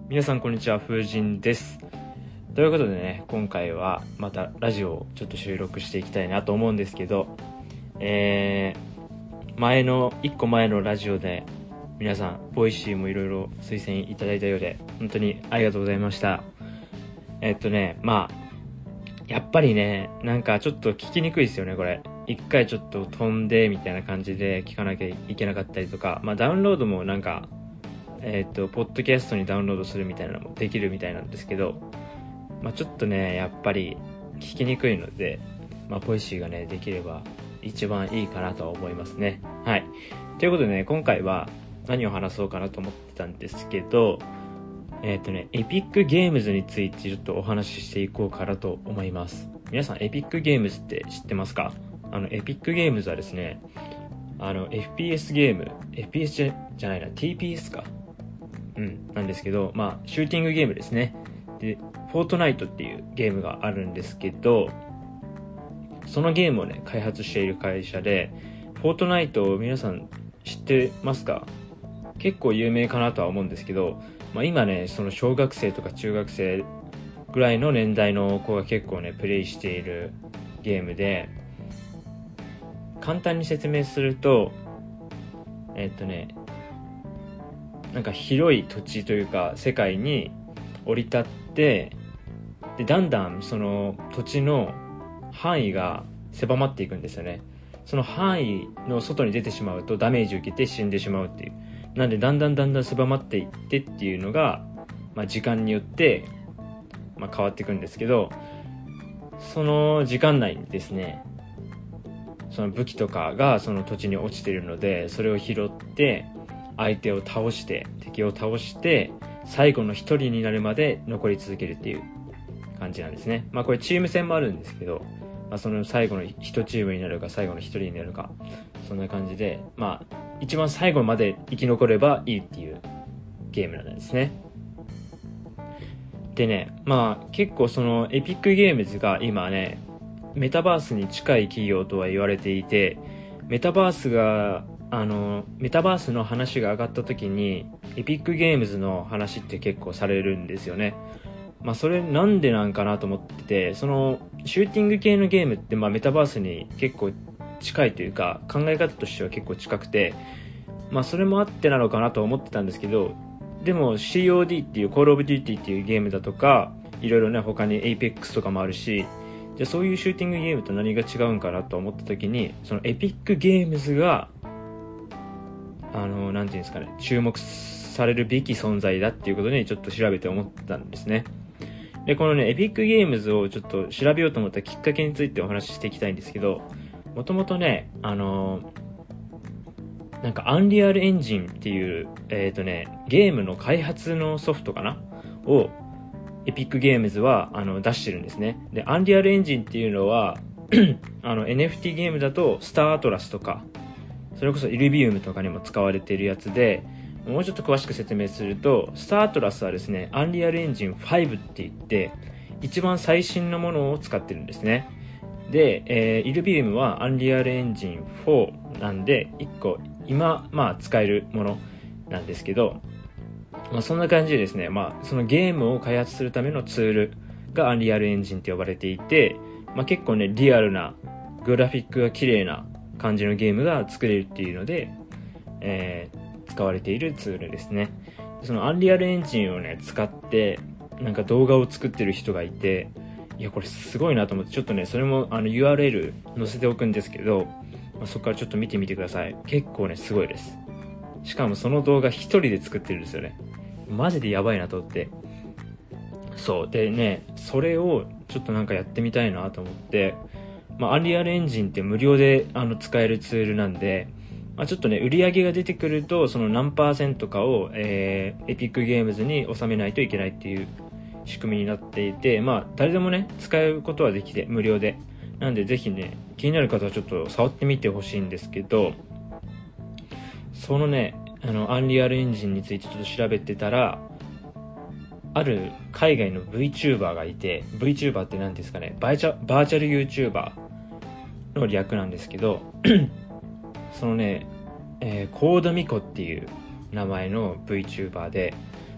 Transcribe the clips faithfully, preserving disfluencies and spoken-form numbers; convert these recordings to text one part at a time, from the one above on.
皆さんこんにちは、風神です。ということでね、今回はまたラジオをちょっと収録していきたいなと思うんですけど、えー、前のいっこまえのラジオで皆さんボイシーもいろいろ推薦いただいたようで本当にありがとうございました。えっとねまあやっぱりねなんかちょっと聞きにくいですよね。これ一回ちょっと飛んでみたいな感じで聞かなきゃいけなかったりとか、まあダウンロードもなんかえっとポッドキャストにダウンロードするみたいなのもできるみたいなんですけど、まあちょっとねやっぱり聞きにくいので、まあボイシーがねできれば一番いいかなとは思いますね。はい。ということでね、今回は何を話そうかなと思ってたんですけど、えっとねエピックゲームズについてちょっとお話ししていこうかなと思います。皆さんエピックゲームズって知ってますか？あのエピックゲームズはですね、あの エフピーエス ゲーム エフピーエス じゃ、じゃないな ティーピーエス かうんなんですけど、まあシューティングゲームですね。でフォートナイトっていうゲームがあるんですけど、そのゲームをね開発している会社で、フォートナイトを皆さん知ってますか？結構有名かなとは思うんですけど、まあ、今ねその小学生とか中学生ぐらいの年代の子が結構ねプレイしているゲームで、簡単に説明するとえっとねなんか広い土地というか世界に降り立って、でだんだんその土地の範囲が狭まっていくんですよね。その範囲の外に出てしまうとダメージを受けて死んでしまうっていう、なんでだんだんだんだん狭まっていってっていうのが、まあ、時間によって、まあ、変わっていくんですけど、その時間内にですねその武器とかがその土地に落ちているので、それを拾って相手を倒して敵を倒して最後の一人になるまで残り続けるっていう感じなんですね。まあこれチーム戦もあるんですけど、まあ、その最後の一チームになるか最後の一人になるか、そんな感じで、まあ一番最後まで生き残ればいいっていうゲームなんですね。でね、まあ結構そのエピックゲームズが今ねメタバースに近い企業とは言われていて、メタバースがあのメタバースの話が上がった時にエピックゲームズの話って結構されるんですよね。まあそれなんでなんかなと思ってて、そのシューティング系のゲームってまあメタバースに結構近いというか考え方としては結構近くて、まあそれもあってなのかなと思ってたんですけど、でも シーオーディー っていうコールオブデューティーっていうゲームだとかいろいろね他に エイペックス とかもあるし、じゃあそういうシューティングゲームと何が違うんかなと思った時に、そのエピックゲームズがあのなんていうんですかね注目されるべき存在だっていうことにちょっと調べて思ったんですね。でこのねエピックゲームズをちょっと調べようと思ったきっかけについてお話ししていきたいんですけど、もともとねあのなんかアンリアルエンジンっていうえっとねゲームの開発のソフトかなをエピックゲームズはあの出してるんですね。でアンリアルエンジンっていうのはあの エヌエフティー ゲームだとスターアトラスとかそれこそイルビウムとかにも使われているやつで、もうちょっと詳しく説明すると、スターアトラスはですねアンリアルエンジンファイブって言って一番最新のものを使ってるんですね。で、えー、イルビウムはアンリアルエンジンフォーなんでいっこ今、まあ、使えるものなんですけど、まあ、そんな感じでですね、まあ、そのゲームを開発するためのツールがアンリアルエンジンって呼ばれていて、まあ、結構ねリアルなグラフィックが綺麗な感じのゲームが作れるっていうので、えー、使われているツールですね。そのアンリアルエンジンをね使ってなんか動画を作ってる人がいて、いやこれすごいなと思って、ちょっとねそれもあの ユーアールエル 載せておくんですけど、まあ、そこからちょっと見てみてください。結構ねすごいです。しかもその動画一人で作ってるんですよね。マジでやばいなと思って、そうでねそれをちょっとなんかやってみたいなと思って、まあ、アンリアルエンジンって無料であの使えるツールなんで、まあ、ちょっとね売り上げが出てくるとその何パーセントかを、えー、エピックゲームズに収めないといけないっていう仕組みになっていて、まあ誰でもね使うことはできて無料で、なんでぜひね気になる方はちょっと触ってみてほしいんですけど、そのねあのアンリアルエンジンについてちょっと調べてたら、ある海外の VTuber がいて、 VTuber って何ですかね、バーチャバーチャル YouTuber の略なんですけどそのね、えー、コードミコっていう名前の VTuber で、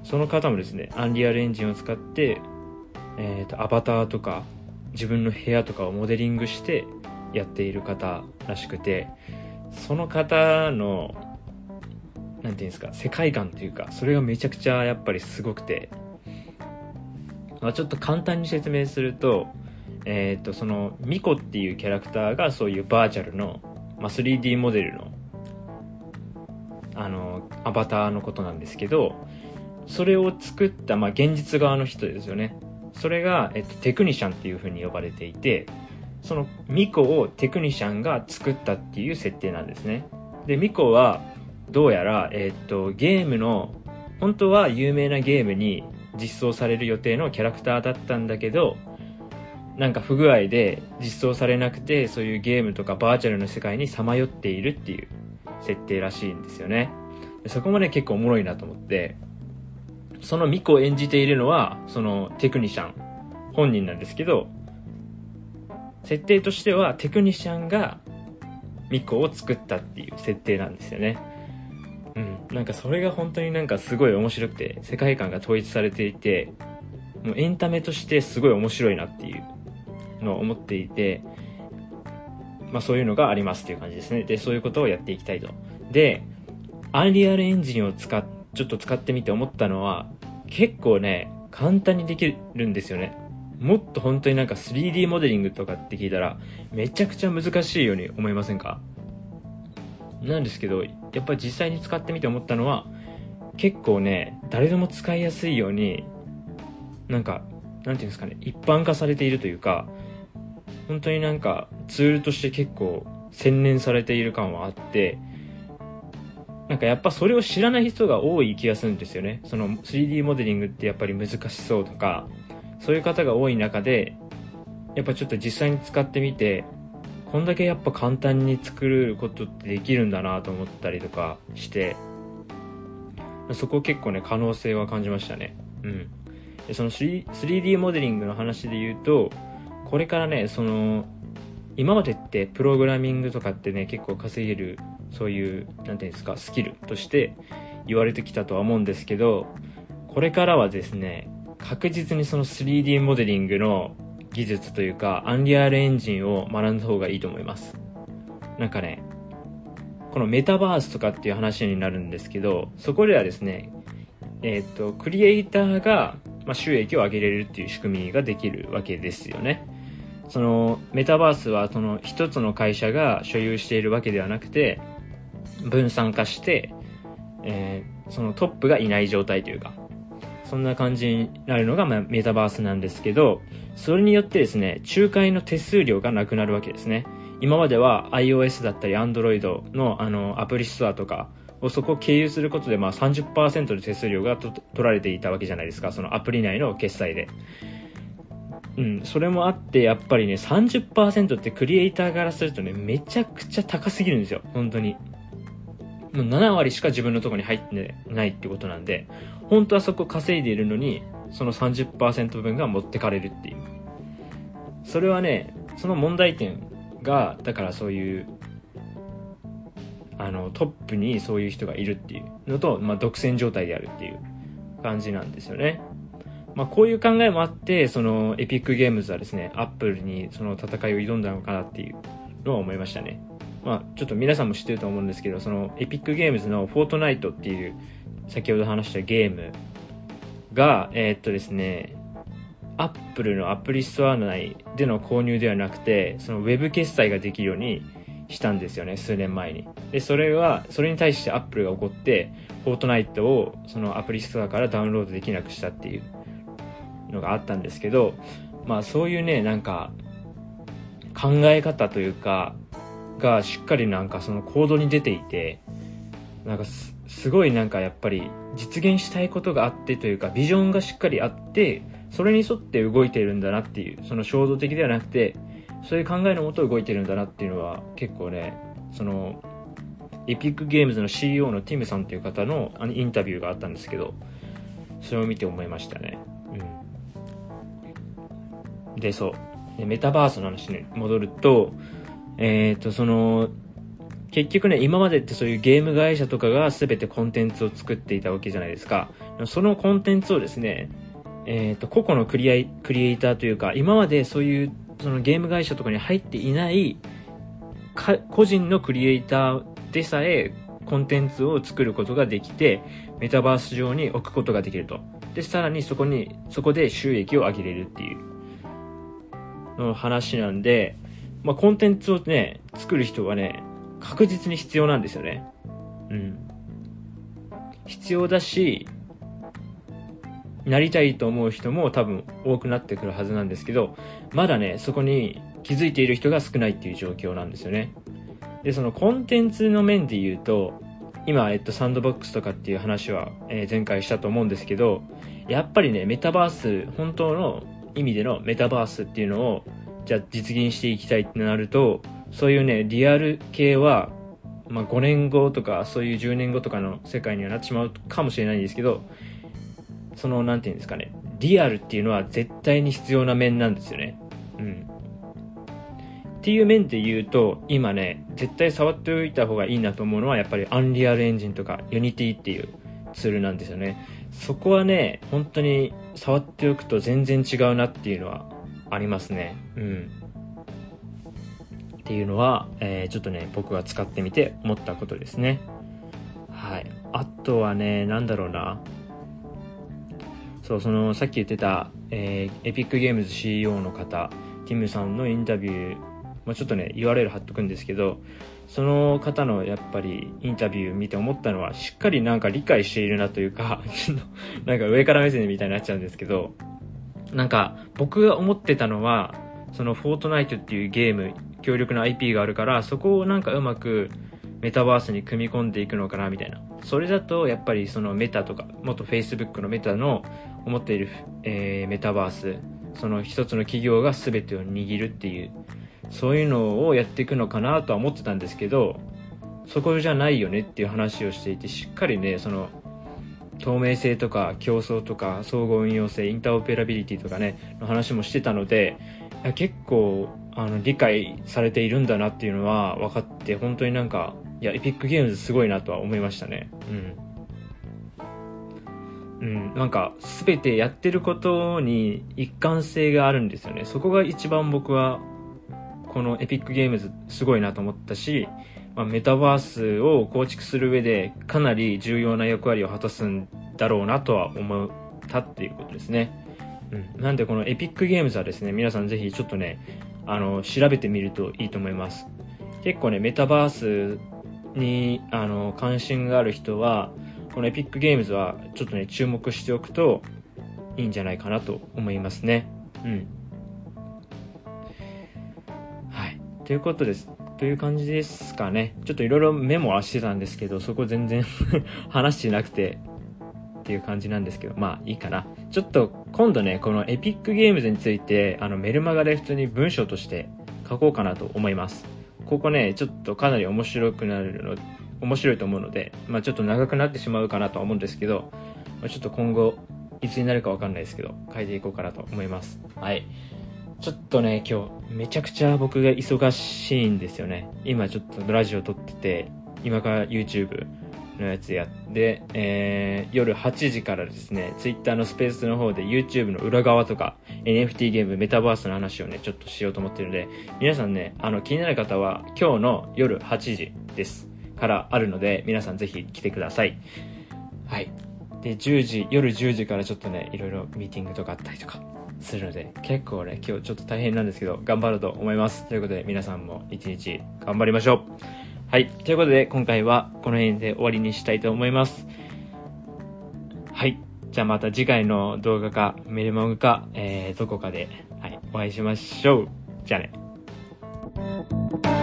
その方もですね、アンリアルエンジンを使って、えーと、アバターとか自分の部屋とかをモデリングしてやっている方らしくて、その方のなんていうんですか、世界観というか、それがめちゃくちゃやっぱりすごくて、まあ、ちょっと簡単に説明すると、えーとそのミコっていうキャラクターがそういうバーチャルの、まあ、スリーディー モデルのあのアバターのことなんですけど、それを作った、まあ、現実側の人ですよね。それが、えっと、テクニシャンっていう風に呼ばれていて、そのミコをテクニシャンが作ったっていう設定なんですね。でミコはどうやら、えっと、ゲームの本当は有名なゲームに実装される予定のキャラクターだったんだけど、なんか不具合で実装されなくて、そういうゲームとかバーチャルの世界にさまよっているっていう設定らしいんですよね。そこもね結構おもろいなと思って、そのミコを演じているのはそのテクニシャン本人なんですけど、設定としてはテクニシャンがミコを作ったっていう設定なんですよね。うん、なんかそれが本当になんかすごい面白くて、世界観が統一されていて、もうエンタメとしてすごい面白いなっていうのを思っていて、まあそういうのがありますっていう感じですね。でそういうことをやっていきたいと。でアンリアルエンジンを使っちょっと使ってみて思ったのは、結構ね簡単にできるんですよね。もっと本当になんか スリーディー モデリングとかって聞いたらめちゃくちゃ難しいように思いませんか？なんですけど、やっぱり実際に使ってみて思ったのは、結構ね誰でも使いやすいように、なんかなんていうんですかね、一般化されているというか、本当になんかツールとして結構洗練されている感はあって、なんかやっぱそれを知らない人が多い気がするんですよね。その スリーディー モデリングってやっぱり難しそうとか、そういう方が多い中で、やっぱちょっと実際に使ってみて、こんだけやっぱ簡単に作ることってできるんだなと思ったりとかして、そこ結構ね可能性は感じましたね。うん。でその スリーディー モデリングの話で言うと、これからね、その今までってプログラミングとかってね結構稼げる、そういうなんていうんですか、スキルとして言われてきたとは思うんですけど、これからはですね確実にその スリーディー モデリングの技術というかアンリアルエンジンを学んだ方がいいと思います。なんかね、このメタバースとかっていう話になるんですけど、そこではですね、えっとクリエイターがまあ収益を上げれるっていう仕組みができるわけですよね。そのメタバースはその一つの会社が所有しているわけではなくて、分散化して、えー、そのトップがいない状態というか、そんな感じになるのが、まあ、メタバースなんですけど、それによってですね仲介の手数料がなくなるわけですね。今までは iOS だったり Android の, あのアプリストアとかをそこを経由することで、まあ さんじゅっパーセント の手数料がと取られていたわけじゃないですか、そのアプリ内の決済で。うん、それもあってやっぱりね さんじゅっパーセント ってクリエイターからするとねめちゃくちゃ高すぎるんですよ。本当にもうなな割しか自分のところに入ってないってことなんで、本当はそこ稼いでいるのにその さんじゅっパーセント 分が持ってかれるっていう、それはね、その問題点がだからそういうあのトップにそういう人がいるっていうのと、まあ、独占状態であるっていう感じなんですよね。まあ、こういう考えもあって、そのエピックゲームズはですねアップルにその戦いを挑んだのかなっていうのは思いましたね。まあ、ちょっと皆さんも知ってると思うんですけど、そのエピックゲームズのフォートナイトっていう先ほど話したゲームがえー、っとですねアップルのアプリストア内での購入ではなくて、そのウェブ決済ができるようにしたんですよね、数年前に。でそれはそれに対してアップルが怒って、フォートナイトをそのアプリストアからダウンロードできなくしたっていうのがあったんですけど、まあそういうねなんか考え方というかがしっかりなんかその行動に出ていて、なんか す, すごいなんかやっぱり実現したいことがあってというか、ビジョンがしっかりあってそれに沿って動いてるんだなっていう、その衝動的ではなくてそういう考えのもと動いてるんだなっていうのは結構ね、そのエピックゲームズの シーイーオー のティムさんという方のあのインタビューがあったんですけど、それを見て思いましたね。うん、でそうでメタバースの話に戻ると、えっとその結局ね、今までってそういうゲーム会社とかが全てコンテンツを作っていたわけじゃないですか。そのコンテンツをですね、えっと、個々のクリエイ、クリエイターというか、今までそういうそのゲーム会社とかに入っていないか個人のクリエイターでさえコンテンツを作ることができて、メタバース上に置くことができると。で、さらにそこに、そこで収益を上げれるっていうの話なんで、まあ、コンテンツをね、作る人はね、確実に必要なんですよね。うん。必要だし、なりたいと思う人も多分多くなってくるはずなんですけど、まだね、そこに気づいている人が少ないっていう状況なんですよね。で、そのコンテンツの面で言うと、今、えっと、サンドボックスとかっていう話は、えー、前回したと思うんですけど、やっぱりね、メタバース、本当の意味でのメタバースっていうのを、じゃあ実現していきたいってなると、そういうね、リアル系は、まあ、ごねんごとか、そういうじゅうねんごとかの世界にはなってしまうかもしれないんですけど、その、なんていうんですかね、リアルっていうのは絶対に必要な面なんですよね。うん。っていう面で言うと、今ね、絶対触っておいた方がいいなと思うのは、やっぱりアンリアルエンジンとかユニティっていうツールなんですよね。そこはね、本当に触っておくと全然違うなっていうのはありますね。うん。っていうのは、えー、ちょっとね、僕が使ってみて思ったことですね。はい。あとはね、なんだろうな。そう、その、さっき言ってた、えー、エピックゲームズ シーイーオー の方、ティムさんのインタビュー、まあ、ちょっとね、ユーアールエル 貼っとくんですけど、その方のやっぱりインタビュー見て思ったのは、しっかりなんか理解しているなというか、なんか上から目線みたいになっちゃうんですけど、なんか僕が思ってたのは、そのフォートナイトっていうゲーム、強力な アイピー があるから、そこをなんかうまくメタバースに組み込んでいくのかなみたいな。それだとやっぱりそのメタとか、元 Facebook のメタの思っている、えー、メタバース、その一つの企業が全てを握るっていう、そういうのをやっていくのかなとは思ってたんですけど、そこじゃないよねっていう話をしていて、しっかりね、その透明性とか競争とか総合運用性、インターオペラビリティとかねの話もしてたので、結構あの理解されているんだなっていうのは分かって、本当になんか、いやエピックゲームズすごいなとは思いましたね。うん、うん、なんか全てやってることに一貫性があるんですよね。そこが一番僕はこのエピックゲームズすごいなと思ったし、まあ、メタバースを構築する上でかなり重要な役割を果たすんだろうなとは思ったっていうことですね。うん、なんでこのエピックゲームズはですね、皆さんぜひちょっとね、あの調べてみるといいと思います。結構ね、メタバースにあの関心がある人はこのエピックゲームズはちょっとね注目しておくといいんじゃないかなと思いますね。うん。はい。ということです。という感じですかね。ちょっといろいろメモはしてたんですけど、そこ全然話してなくてっていう感じなんですけど、まあいいかな。ちょっと今度ね、このエピックゲームズについてあのメルマガで普通に文章として書こうかなと思います。ここね、ちょっとかなり面白くなるの、面白いと思うので、まあちょっと長くなってしまうかなとは思うんですけど、まあ、ちょっと今後いつになるかわかんないですけど、書いていこうかなと思います。はい。ちょっとね、今日めちゃくちゃ僕が忙しいんですよね。今ちょっとラジオ撮ってて、今から YouTube のやつやって、えー、夜はちじからですね、Twitter のスペースの方で YouTube の裏側とか エヌエフティー ゲーム、メタバースの話をね、ちょっとしようと思ってるので、皆さんね、あの気になる方は今日の夜はちじですからあるので、皆さんぜひ来てください。はい。で、じゅうじ、夜じゅうじからちょっとね、いろいろミーティングとかあったりとかするので、結構ね、今日ちょっと大変なんですけど、頑張ると思います。ということで、皆さんも一日頑張りましょう。はい。ということで、今回はこの辺で終わりにしたいと思います。はい。じゃあまた次回の動画か、メルマガか、えー、どこかで、はい、お会いしましょう。じゃあね。